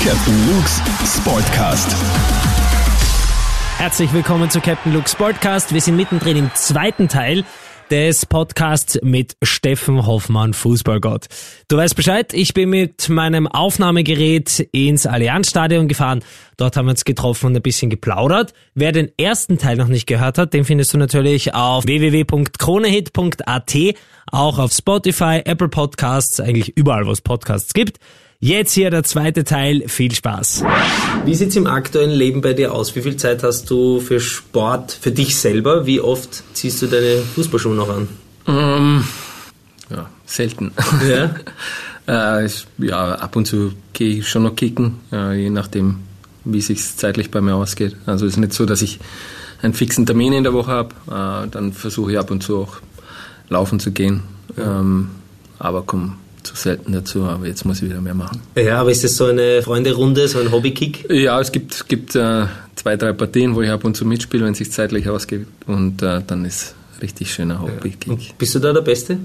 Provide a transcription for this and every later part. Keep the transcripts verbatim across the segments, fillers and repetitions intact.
Captain Luke's Sportcast. Herzlich willkommen zu Captain Luke's Sportcast. Wir sind mittendrin im zweiten Teil des Podcasts mit Steffen Hoffmann, Fußballgott. Du weißt Bescheid, ich bin mit meinem Aufnahmegerät ins Allianzstadion gefahren. Dort haben wir uns getroffen und ein bisschen geplaudert. Wer den ersten Teil noch nicht gehört hat, den findest du natürlich auf w w w punkt kronehit punkt a t, auch auf Spotify, Apple Podcasts, eigentlich überall, wo es Podcasts gibt. Jetzt hier der zweite Teil. Viel Spaß. Wie sieht's im aktuellen Leben bei dir aus? Wie viel Zeit hast du für Sport, für dich selber? Wie oft ziehst du deine Fußballschuhe noch an? Um, ja, selten. Ja? äh, ich, ja, ab und zu gehe ich schon noch kicken, äh, je nachdem, wie es sich zeitlich bei mir ausgeht. Also es ist nicht so, dass ich einen fixen Termin in der Woche habe. Äh, dann versuche ich ab und zu auch laufen zu gehen. Ähm, aber komm, zu selten dazu, aber jetzt muss ich wieder mehr machen. Ja, aber ist das so eine Freunde-Runde, so ein Hobby-Kick? Ja, es gibt, gibt äh, zwei, drei Partien, wo ich ab und zu mitspiele, wenn es sich zeitlich ausgeht, und äh, dann ist richtig schöner Hobby-Kick. Ja. Bist du da der Beste?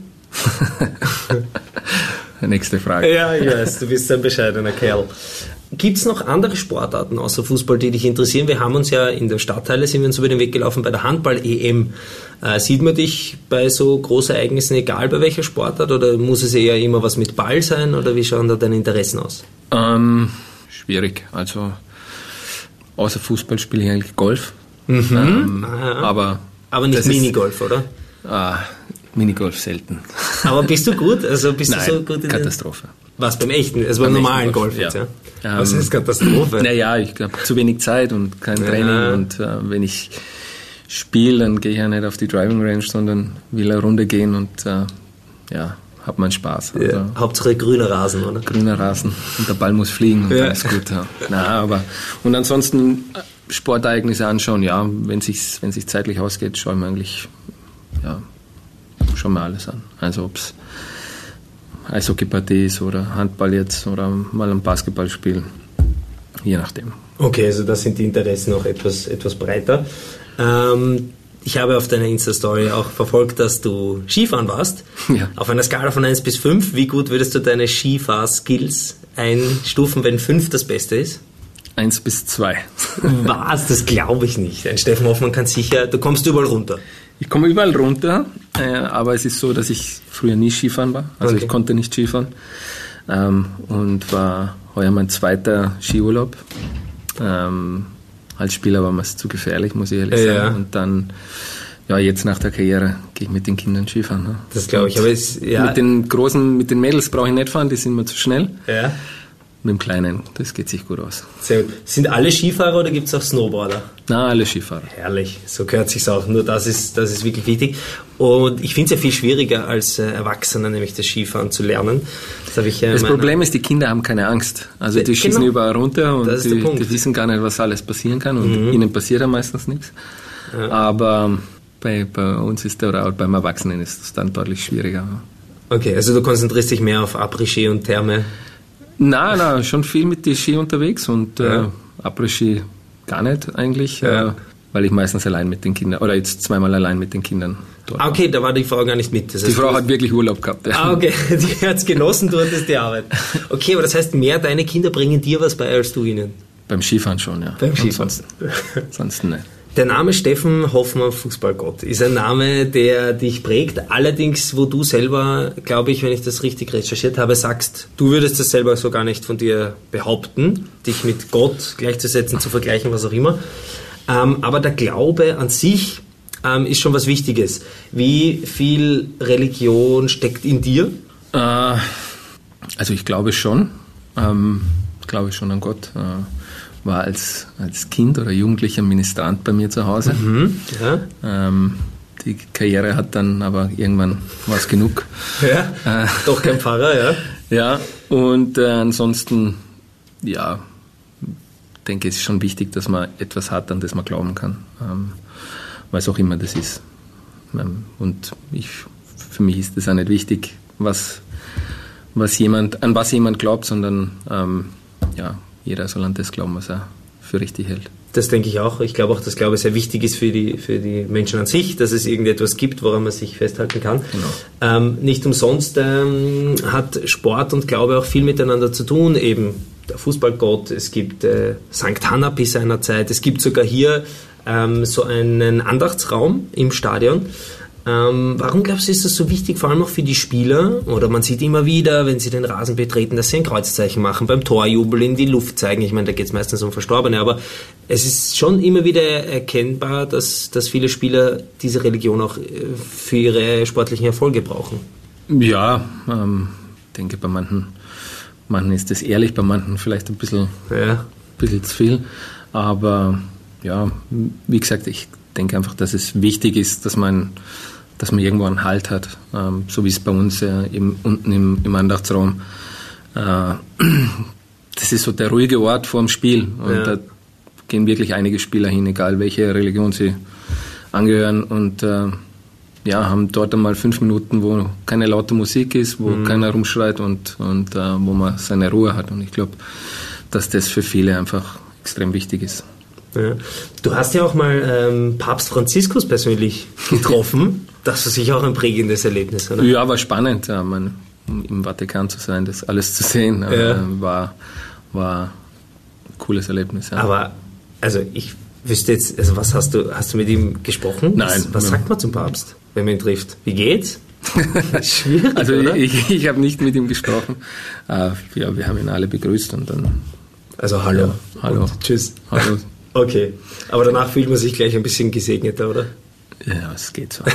Nächste Frage. Ja, ich weiß, du bist ein bescheidener Kerl. Gibt es noch andere Sportarten außer Fußball, die dich interessieren? Wir haben uns ja in der Stadtteile, sind wir uns über den Weg gelaufen bei der Handball-E M. Äh, sieht man dich bei so Großereignissen, egal bei welcher Sportart, oder muss es eher immer was mit Ball sein, oder wie schauen da deine Interessen aus? Ähm, schwierig. Also außer Fußball spiele ich eigentlich Golf. Mhm. Ähm, ah, aber, aber nicht Minigolf, oder? Ah, Minigolf selten. Aber bist du gut? Also bist Nein, du so gut in Katastrophe. Was, beim echten? Also beim, beim normalen Golf, Golf jetzt, ja? ja. Was heißt Katastrophe? Naja, ich habe zu wenig Zeit und kein ja. Training, und äh, wenn ich spiele, dann gehe ich ja nicht auf die Driving Range, sondern will eine Runde gehen und äh, ja, hab meinen Spaß. Also, ja. Hauptsache grüner Rasen, oder? Grüner Rasen und der Ball muss fliegen, und ja. Alles gut. Ja. Na, aber und ansonsten Sportereignisse anschauen, ja, wenn sich's, wenn sich zeitlich ausgeht, schaue ich mir eigentlich, ja, schauen wir alles an. Also ob es Eishockey-Partie ist oder Handball jetzt oder mal ein Basketballspiel, je nachdem. Okay, also da sind die Interessen noch etwas, etwas breiter. Ähm, ich habe auf deiner Insta-Story auch verfolgt, dass du Skifahren warst. Ja. Auf einer Skala von eins bis fünf, wie gut würdest du deine Skifahr-Skills einstufen, wenn fünf das Beste ist? eins bis zwei. Was? Das glaube ich nicht. Ein Steffen Hoffmann kann sicher, du kommst überall runter. Ich komme überall runter, äh, aber es ist so, dass ich früher nie Skifahren war. Also okay. Ich konnte nicht Skifahren. Ähm, und war heuer mein zweiter Skiurlaub. Ähm, als Spieler war mir es zu gefährlich, muss ich ehrlich sagen. Ja. Und dann, ja, jetzt nach der Karriere gehe ich mit den Kindern Skifahren. Ne? Das glaube ich. Aber es, ja. Mit den großen, mit den Mädels brauche ich nicht fahren, die sind mir zu schnell. Ja. Mit dem Kleinen, das geht sich gut aus. Sehr gut. Sind alle Skifahrer oder gibt es auch Snowboarder? Nein, alle Skifahrer. Herrlich, so gehört sich's auch. Nur das ist, das ist wirklich wichtig. Und ich finde es ja viel schwieriger als äh, Erwachsener, nämlich das Skifahren zu lernen. Das, habe ich, äh, das Problem ist, die Kinder haben keine Angst. Also die schießen genau. überall runter und die, die wissen gar nicht, was alles passieren kann. Und mhm. ihnen passiert ja meistens nichts. Ja. Aber bei, bei uns ist der, oder beim Erwachsenen ist es dann deutlich schwieriger. Okay, also du konzentrierst dich mehr auf Après-Ski und Therme? Nein, nein, schon viel mit den Ski unterwegs und ja. äh, Après-Ski gar nicht eigentlich, ja. äh, weil ich meistens allein mit den Kindern, oder jetzt zweimal allein mit den Kindern dort war. Okay, da war die Frau gar nicht mit. Das heißt, die Frau hat wirklich Urlaub gehabt. Ja. Ah, okay, die hat es genossen, du hattest die Arbeit. Okay, aber das heißt, mehr deine Kinder bringen dir was bei, als du ihnen? Beim Skifahren schon, ja. Beim Skifahren. Ansonsten, ansonsten nicht. Der Name Steffen Hoffmann, Fußballgott, ist ein Name, der dich prägt. Allerdings, wo du selber, glaube ich, wenn ich das richtig recherchiert habe, sagst, du würdest das selber so gar nicht von dir behaupten, dich mit Gott gleichzusetzen, zu vergleichen, was auch immer. Ähm, aber der Glaube an sich ähm, ist schon was Wichtiges. Wie viel Religion steckt in dir? Äh, also ich glaube schon. Ähm, ich glaube schon an Gott. Äh, war als, als Kind oder Jugendlicher Ministrant bei mir zu Hause. Mhm, ja. ähm, die Karriere hat dann aber irgendwann was genug. Ja, äh, doch kein Pfarrer, ja. Ja, und äh, ansonsten, ja, denke ich, es ist schon wichtig, dass man etwas hat, an das man glauben kann. Ähm, was auch immer das ist. Ähm, und ich, für mich ist das auch nicht wichtig, was, was jemand, an was jemand glaubt, sondern ähm, ja, jeder soll an das glauben, was er für richtig hält. Das denke ich auch. Ich glaube auch, dass Glaube sehr wichtig ist für die, für die Menschen an sich, dass es irgendetwas gibt, woran man sich festhalten kann. Genau. Ähm, nicht umsonst ähm, hat Sport und Glaube auch viel miteinander zu tun, eben der Fußballgott, es gibt äh, Sankt Hanapi seinerzeit, es gibt sogar hier ähm, so einen Andachtsraum im Stadion. Ähm, warum glaubst du, ist das so wichtig, vor allem auch für die Spieler? Oder man sieht immer wieder, wenn sie den Rasen betreten, dass sie ein Kreuzzeichen machen, beim Torjubel in die Luft zeigen. Ich meine, da geht es meistens um Verstorbene, aber es ist schon immer wieder erkennbar, dass, dass viele Spieler diese Religion auch für ihre sportlichen Erfolge brauchen. Ja, ähm, ich denke, bei manchen, manchen ist das ehrlich, bei manchen vielleicht ein bisschen, ja. ein bisschen zu viel. Aber ja, wie gesagt, ich denke einfach, dass es wichtig ist, dass man, dass man irgendwo einen Halt hat, ähm, so wie es bei uns äh, im, unten im, im Andachtsraum. Äh, das ist so der ruhige Ort vor dem Spiel und ja. da gehen wirklich einige Spieler hin, egal welche Religion sie angehören und äh, ja, haben dort einmal fünf Minuten, wo keine laute Musik ist, wo mhm. keiner rumschreit und, und äh, wo man seine Ruhe hat und ich glaube, dass das für viele einfach extrem wichtig ist. Ja. Du hast ja auch mal ähm, Papst Franziskus persönlich getroffen. Das war sicher auch ein prägendes Erlebnis, oder? Ja, war spannend, ja, man, im Vatikan zu sein, das alles zu sehen, ja. äh, war, war ein cooles Erlebnis. Ja. Aber, also ich wüsste jetzt, also was hast du, hast du mit ihm gesprochen? Nein. Was, was sagt man zum Papst, wenn man ihn trifft? Wie geht's? Schwierig, also oder? ich, ich habe nicht mit ihm gesprochen. Äh, ja, wir haben ihn alle begrüßt und dann... Also hallo. Ja, hallo. Und tschüss. Hallo. Okay, aber danach fühlt man sich gleich ein bisschen gesegneter, oder? Ja, es geht so.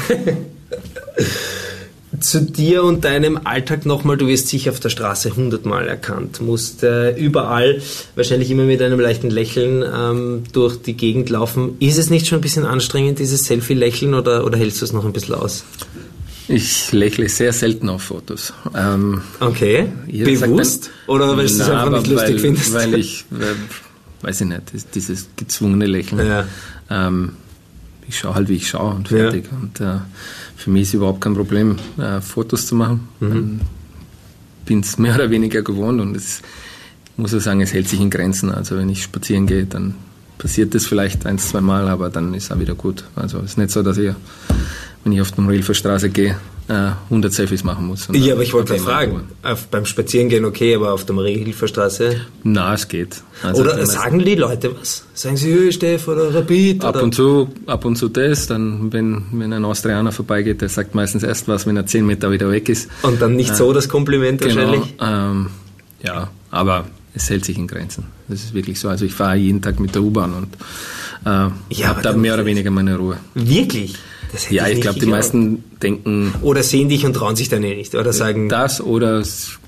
Zu dir und deinem Alltag nochmal, du wirst sicher auf der Straße hundertmal erkannt, musst äh, überall wahrscheinlich immer mit einem leichten Lächeln ähm, durch die Gegend laufen. Ist es nicht schon ein bisschen anstrengend, dieses Selfie-Lächeln, oder, oder hältst du es noch ein bisschen aus? Ich lächle sehr selten auf Fotos. Ähm, okay, bewusst? Dann, oder weil du es einfach nicht lustig weil, findest? Weil ich... Weil, weiß ich nicht, dieses gezwungene Lächeln. Ja. Ähm, ich schaue halt, wie ich schaue und fertig. Ja. Und äh, für mich ist überhaupt kein Problem, äh, Fotos zu machen. Mhm. Ich bin es mehr oder weniger gewohnt und es, muss ich sagen, es hält sich in Grenzen. Also wenn ich spazieren gehe, dann passiert das vielleicht ein, zwei Mal, aber dann ist auch wieder gut. Also es ist nicht so, dass ich, wenn ich auf der Marilfer Straße gehe, hundert Selfies machen muss. Ja, aber ich wollte gerade fragen, auf, beim Spazierengehen okay, aber auf der Marie-Hilfer-Straße? Na, es geht. Also oder sagen die Leute was? Sagen sie, hey, Steff oder Rapid? Ab oder? und zu, ab und zu das, dann, wenn, wenn ein Austrianer vorbeigeht, der sagt meistens erst was, wenn er zehn Meter wieder weg ist. Und dann nicht äh, so das Kompliment genau, wahrscheinlich? Ähm, ja, aber es hält sich in Grenzen. Das ist wirklich so. Also ich fahre jeden Tag mit der U-Bahn und äh, ja, habe da mehr oder weniger meine Ruhe. Wirklich? Ja, ich, ich glaube, die meisten denken... Oder sehen dich und trauen sich dann eh nicht, oder sagen... Das, oder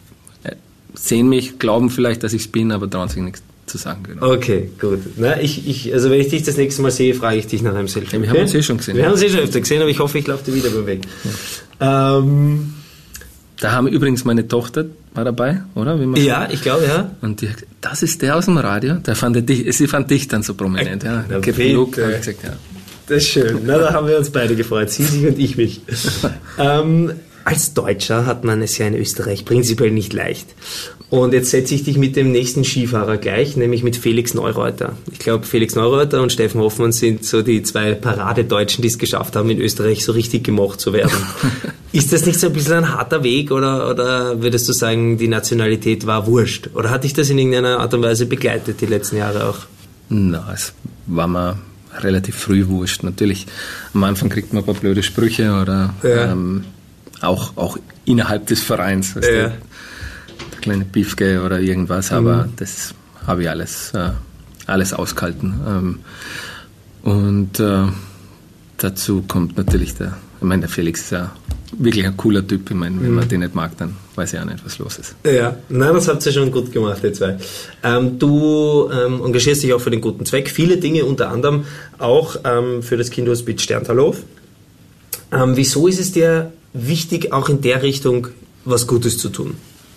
sehen mich, glauben vielleicht, dass ich es bin, aber trauen sich nichts zu sagen. Genau. Okay, gut. Na, ich, ich, also wenn ich dich das nächste Mal sehe, frage ich dich nach einem Selfie. Ja, wir okay? haben uns eh schon gesehen. Wir ja. haben uns eh schon öfter gesehen, aber ich hoffe, ich laufe dir wieder beim Weg. Ja. Ähm, da haben übrigens meine Tochter war dabei, oder? Wie man ja, ich glaube, ja. Und die hat gesagt, das ist der aus dem Radio? Der fand dich, sie fand dich dann so prominent. Ja. Na, Captain Luke, habe ich gesagt, ja. Das ist schön. Na, da haben wir uns beide gefreut. Sie sich und ich mich. ähm, als Deutscher hat man es ja in Österreich prinzipiell nicht leicht. Und jetzt setze ich dich mit dem nächsten Skifahrer gleich, nämlich mit Felix Neureuter. Ich glaube, Felix Neureuter und Steffen Hoffmann sind so die zwei Paradedeutschen, die es geschafft haben, in Österreich so richtig gemocht zu werden. Ist das nicht so ein bisschen ein harter Weg, oder, oder würdest du sagen, die Nationalität war wurscht? Oder hat dich das in irgendeiner Art und Weise begleitet, die letzten Jahre auch? Na, es war mir relativ früh wurscht. Natürlich, am Anfang kriegt man ein paar blöde Sprüche oder ja. ähm, auch, auch innerhalb des Vereins. Weißt ja. du, der kleine Piefke oder irgendwas, aber mhm. das habe ich alles, äh, alles ausgehalten. Ähm, und äh, dazu kommt natürlich der, ich meine, der Felix ist ja wirklich ein cooler Typ. Ich meine, wenn mhm. man den nicht mag, dann weiß ich auch nicht, was los ist. Ja, nein, das habt ihr schon gut gemacht, ihr zwei. Ähm, du ähm, engagierst dich auch für den guten Zweck. Viele Dinge, unter anderem auch ähm, für das Kinderhospiz Sterntalhof. Ähm, wieso ist es dir wichtig, auch in der Richtung was Gutes zu tun?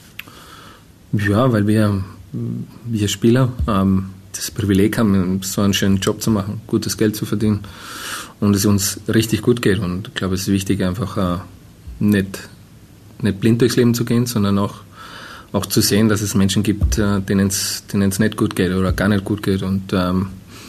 Ja, weil wir, wir Spieler ähm, das Privileg haben, so einen schönen Job zu machen, gutes Geld zu verdienen und es uns richtig gut geht. Und ich glaube, es ist wichtig, einfach äh, nicht, nicht blind durchs Leben zu gehen, sondern auch, auch zu sehen, dass es Menschen gibt, äh, denen es denen es nicht gut geht oder gar nicht gut geht. Und ähm,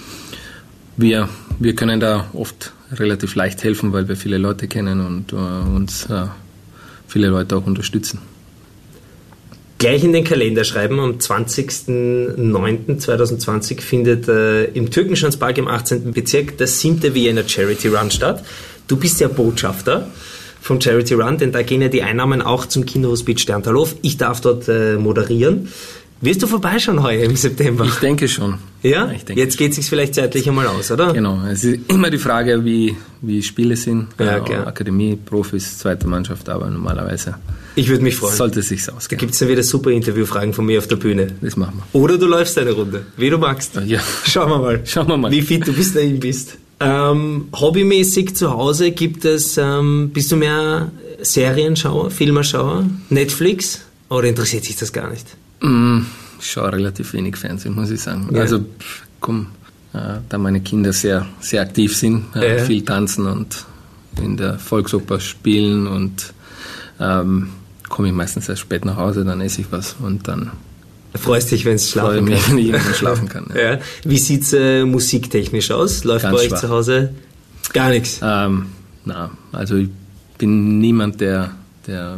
wir, wir können da oft relativ leicht helfen, weil wir viele Leute kennen und äh, uns äh, viele Leute auch unterstützen. gleich in den Kalender schreiben. Am zwanzigsten neunten zweitausendzwanzig findet äh, im Türkenschanzpark im achtzehnten Bezirk der siebte Vienna Charity Run statt. Du bist ja Botschafter vom Charity Run, denn da gehen ja die Einnahmen auch zum Kinderhospiz Sterntalhof. Ich darf dort äh, moderieren. Wirst du vorbeischauen heuer im September? Ich denke schon. Ja? Ich denke Jetzt geht es sich vielleicht zeitlich einmal aus, oder? Genau. Es ist immer die Frage, wie, wie Spiele sind. Ja, äh, klar. Akademie, Profis, zweite Mannschaft, aber normalerweise Ich würde mich freuen. sollte es sich Da ausgehen. gibt es ja wieder super Interviewfragen von mir auf der Bühne. Das machen wir. Oder du läufst eine Runde, wie du magst. Ja. Schauen wir mal, Schauen wir mal. wie fit du bis dahin bist. Ähm, hobbymäßig zu Hause gibt es, ähm, bist du mehr Serienschauer, Filmerschauer, Netflix oder interessiert sich das gar nicht? Mm, Ich schaue relativ wenig Fernsehen, muss ich sagen. Ja. Also, pff, komm, äh, da meine Kinder sehr, sehr aktiv sind, äh, Ja. viel tanzen und in der Volksoper spielen und ähm, komme ich meistens erst spät nach Hause, dann esse ich was und dann Du freust dich, wenn es freue ich schlafen mich, kann. wenn ich irgendwann schlafen kann. Ja. Ja. Wie sieht es äh, musiktechnisch aus? Läuft Ganz bei euch schwach. zu Hause gar nichts? Ähm, na, also ich bin niemand, der, der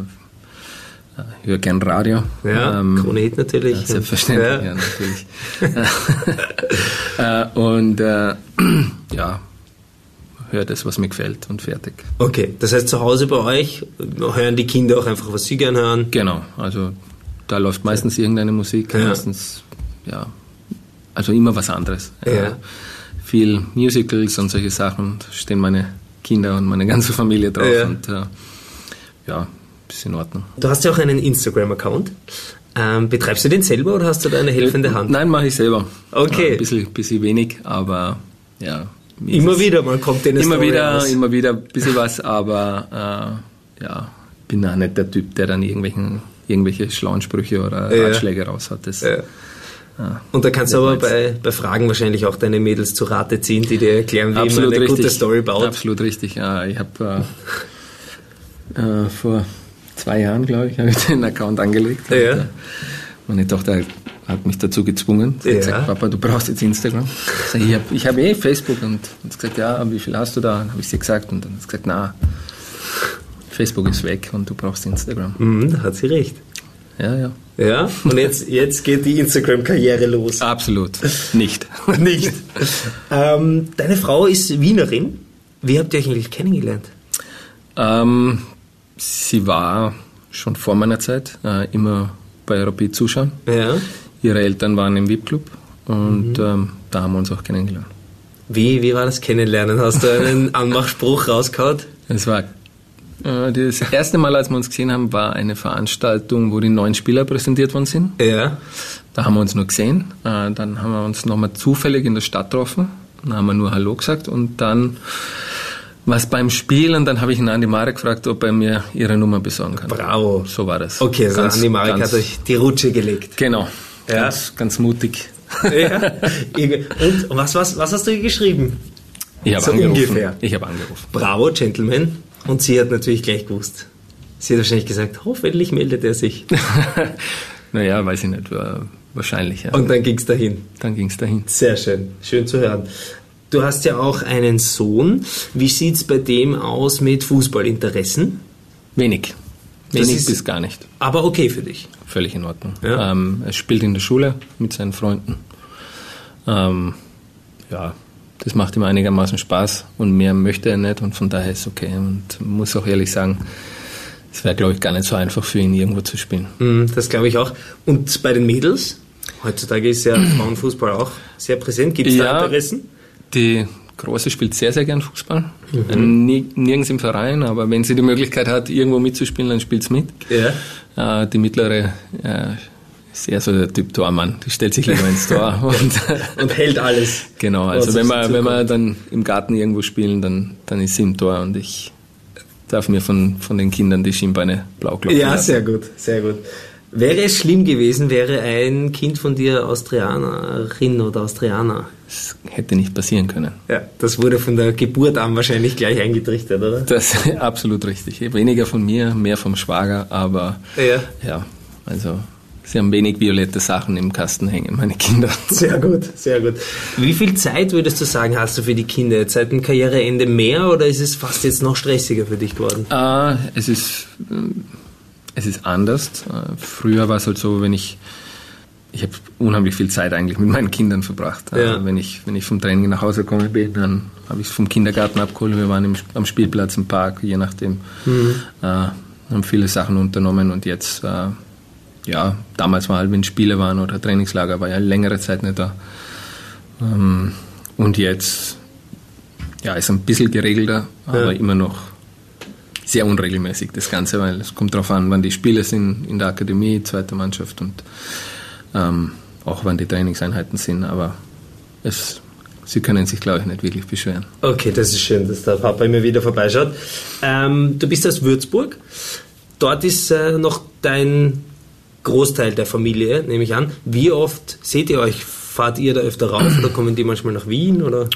äh, höre gern Radio. Ja, Ähm, Krone Hit natürlich. Ja, selbstverständlich, Ja. ja, natürlich. äh, und äh, ja, höre das, was mir gefällt und fertig. Okay, das heißt zu Hause bei euch hören die Kinder auch einfach, was sie gern hören? Genau, also da läuft meistens irgendeine Musik, Ja. meistens, ja, also immer was anderes. Ja. Äh, viel Musicals und solche Sachen, da stehen meine Kinder und meine ganze Familie drauf Ja. und äh, ja, ist in Ordnung. Du hast ja auch einen Instagram-Account. Ähm, betreibst du den selber oder hast du da eine helfende Hand? Nein, mache ich selber. Okay. Äh, Ein bisschen, bisschen wenig, aber ja. mir Immer ist es- wieder, man kommt in eine Immer Story wieder, raus. immer wieder ein bisschen was, aber äh, ja, bin auch nicht der Typ, der dann irgendwelchen, irgendwelche schlauen Sprüche oder Ja. Ratschläge raus hat. Das, Ja. ah, Und da kannst du nicht aber meins. bei, bei Fragen wahrscheinlich auch deine Mädels zu Rate ziehen, die dir erklären, wie Absolut man eine richtig. gute Story baut. Absolut richtig. Ja, ich habe äh, äh, vor zwei Jahren, glaube ich, habe ich den Account angelegt. Ja. Und, äh, meine Tochter hat mich dazu gezwungen. Sie Ja. hat gesagt, Papa, du brauchst jetzt Instagram. Ich, sag, ich habe ich hab eh Facebook und hat sie gesagt, ja, wie viel hast du da? Dann habe ich sie gesagt und dann hat sie gesagt, na, Facebook ist weg und du brauchst Instagram. Mhm, da hat sie recht. Ja, ja. Ja, und jetzt, jetzt geht die Instagram-Karriere los. Absolut nicht. Nicht. ähm, deine Frau ist Wienerin. Wie habt ihr euch eigentlich kennengelernt? Ähm, sie war schon vor meiner Zeit äh, immer bei Rapid zuschauen. Ja. Ihre Eltern waren im V I P-Club und ähm, da haben wir uns auch kennengelernt. Wie, wie war das Kennenlernen? Hast du einen Anmachspruch rausgehauen? Es war äh, das erste Mal, als wir uns gesehen haben, war eine Veranstaltung, wo die neuen Spieler präsentiert worden sind. Ja. Da haben wir uns nur gesehen. Äh, dann haben wir uns nochmal zufällig in der Stadt getroffen. Dann haben wir nur Hallo gesagt und dann war es beim Spiel und dann habe ich ihn Andi Marek gefragt, ob er mir ihre Nummer besorgen kann. Bravo. So war das. Okay, also Ganz- Andi Marek ganz- hat euch die Rutsche gelegt. Genau. Ja. Ganz, ganz mutig. Ja. Und was, was, was hast du ihr geschrieben? Ich habe So angerufen. ungefähr. Ich habe angerufen. Bravo, Gentleman. Und sie hat natürlich gleich gewusst. Sie hat wahrscheinlich gesagt, hoffentlich meldet er sich. Naja, weiß ich nicht. War wahrscheinlich, ja. Und dann ging es dahin. dann ging es dahin. Sehr schön. Schön zu hören. Du hast ja auch einen Sohn. Wie sieht es bei dem aus mit Fußballinteressen? Wenig. Das Wenig ist- bis gar nicht. Aber okay für dich. Völlig in Ordnung. Ja. Ähm, er spielt in der Schule mit seinen Freunden. Ähm, ja, das macht ihm einigermaßen Spaß und mehr möchte er nicht und von daher ist es okay. Und muss auch ehrlich sagen, es wäre, glaube ich, gar nicht so einfach für ihn, irgendwo zu spielen. Mm, Das glaube ich auch. Und bei den Mädels? Heutzutage ist ja Frauenfußball auch sehr präsent. Gibt es da Ja. Interessen? Die Große spielt sehr, sehr gern Fußball. Äh, nie, nirgends im Verein, aber wenn sie die Möglichkeit hat, irgendwo mitzuspielen, dann spielt sie mit. Ja. Äh, die mittlere äh, ist eher so der Typ Tormann. Die stellt sich lieber ins Tor. Und, Und hält alles. genau, was also auf wenn sie wir, wenn wir zukommt. dann im Garten irgendwo spielen, dann, dann ist sie im Tor und ich darf mir von, von den Kindern die Schienbeine blau klopfen Ja, lassen. sehr gut, sehr gut. Wäre es schlimm gewesen, wäre ein Kind von dir Austrianerin oder Austrianer? Das hätte nicht passieren können. Ja, das wurde von der Geburt an wahrscheinlich gleich eingetrichtert, oder? Das ist absolut richtig. Weniger von mir, mehr vom Schwager, aber Ja. ja, also sie haben wenig violette Sachen im Kasten hängen, meine Kinder. Sehr gut, sehr gut. Wie viel Zeit würdest du sagen, hast du für die Kinder? Jetzt seit dem Karriereende mehr oder ist es fast jetzt noch stressiger für dich geworden? Äh, es ist äh, es ist anders. Früher war es halt so, wenn ich, ich habe unheimlich viel Zeit eigentlich mit meinen Kindern verbracht. Ja. Wenn ich, wenn ich vom Training nach Hause gekommen bin, dann habe ich es vom Kindergarten abgeholt. Wir waren im, am Spielplatz, im Park, je nachdem. Mhm. Äh, haben viele Sachen unternommen und jetzt, äh, ja, damals war halt, wenn Spiele waren oder Trainingslager, war ja längere Zeit nicht da. Ähm, und jetzt, ja, ist ein bisschen geregelter, aber ja. immer noch sehr unregelmäßig das Ganze, weil es kommt darauf an, wann die Spiele sind in der Akademie, zweite Mannschaft und ähm, auch wann die Trainingseinheiten sind, aber es, sie können sich, glaube ich, nicht wirklich beschweren. Okay, das ist schön, dass der Papa immer wieder vorbeischaut. Ähm, du bist aus Würzburg, dort ist äh, noch dein Großteil der Familie, nehme ich an. Wie oft seht ihr euch? Fahrt ihr da öfter rauf oder kommen die manchmal nach Wien? Oder?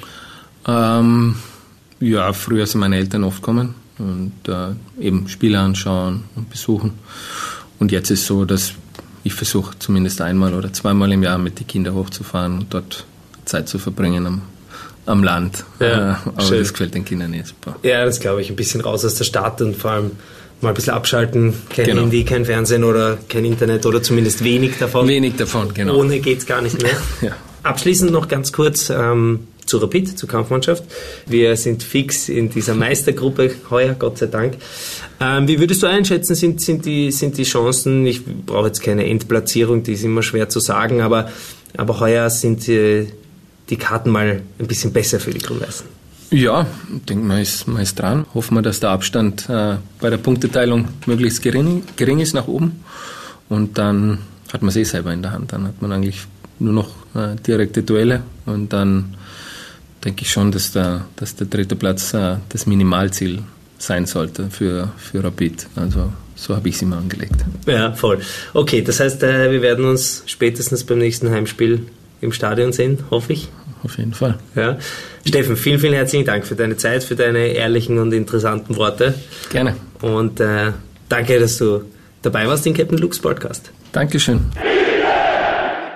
Ähm, ja, früher sind meine Eltern oft gekommen und äh, eben Spiele anschauen und besuchen. Und jetzt ist es so, dass ich versuche zumindest einmal oder zweimal im Jahr mit den Kindern hochzufahren und dort Zeit zu verbringen am, am Land. Ja, äh, aber schön. Das gefällt den Kindern nicht super. Ja, das glaube ich. Ein bisschen raus aus der Stadt und vor allem mal ein bisschen abschalten. Kein genau. Handy, kein Fernsehen oder kein Internet oder zumindest wenig davon. Wenig davon, genau. Ohne geht es gar nicht mehr. Ja. Abschließend noch ganz kurz ähm, zu Rapid, zur Kampfmannschaft. Wir sind fix in dieser Meistergruppe heuer, Gott sei Dank. Ähm, wie würdest du einschätzen, sind, sind, die, sind die Chancen, ich brauche jetzt keine Endplatzierung, die ist immer schwer zu sagen, aber, aber heuer sind die, die Karten mal ein bisschen besser für die Grün-Weißen? Ja, ich denke, man ist, man ist dran. Hoffen wir, dass der Abstand äh, bei der Punkteteilung möglichst gering, gering ist nach oben. Und dann hat man es eh selber in der Hand. Dann hat man eigentlich nur noch äh, direkte Duelle. Und dann denke ich schon, dass der, dass der dritte Platz äh, das Minimalziel sein sollte für, für Rapid. Also so habe ich es immer angelegt. Ja, voll. Okay, das heißt, äh, wir werden uns spätestens beim nächsten Heimspiel im Stadion sehen, hoffe ich. Auf jeden Fall. Ja. Steffen, vielen, vielen herzlichen Dank für deine Zeit, für deine ehrlichen und interessanten Worte. Gerne. Und äh, danke, dass du dabei warst im Captain Luke's Podcast. Dankeschön.